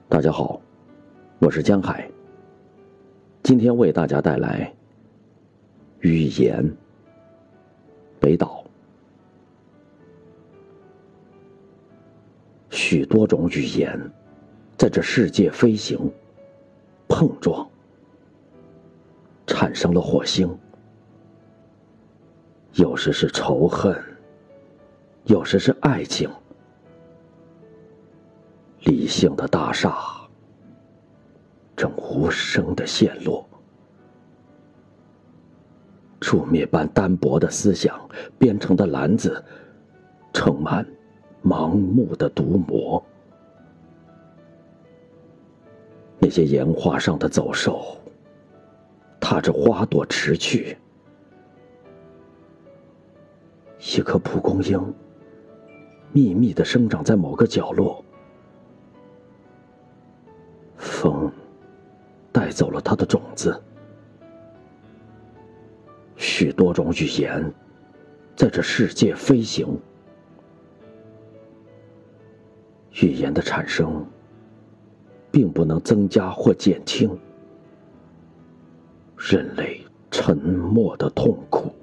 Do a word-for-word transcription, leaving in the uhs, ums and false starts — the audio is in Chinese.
大家好，我是江海。今天为大家带来语言。北岛。许多种语言在这世界飞行、碰撞，产生了火星。有时是仇恨，有时是爱情。理性的大厦正无声地陷落，柱面般单薄的思想编成的篮子盛满盲目的毒魔。那些岩画上的走兽踏着花朵驰去，一颗蒲公英秘密地生长在某个角落，风带走了它的种子。许多种语言在这世界飞行，语言的产生并不能增加或减轻人类沉默的痛苦。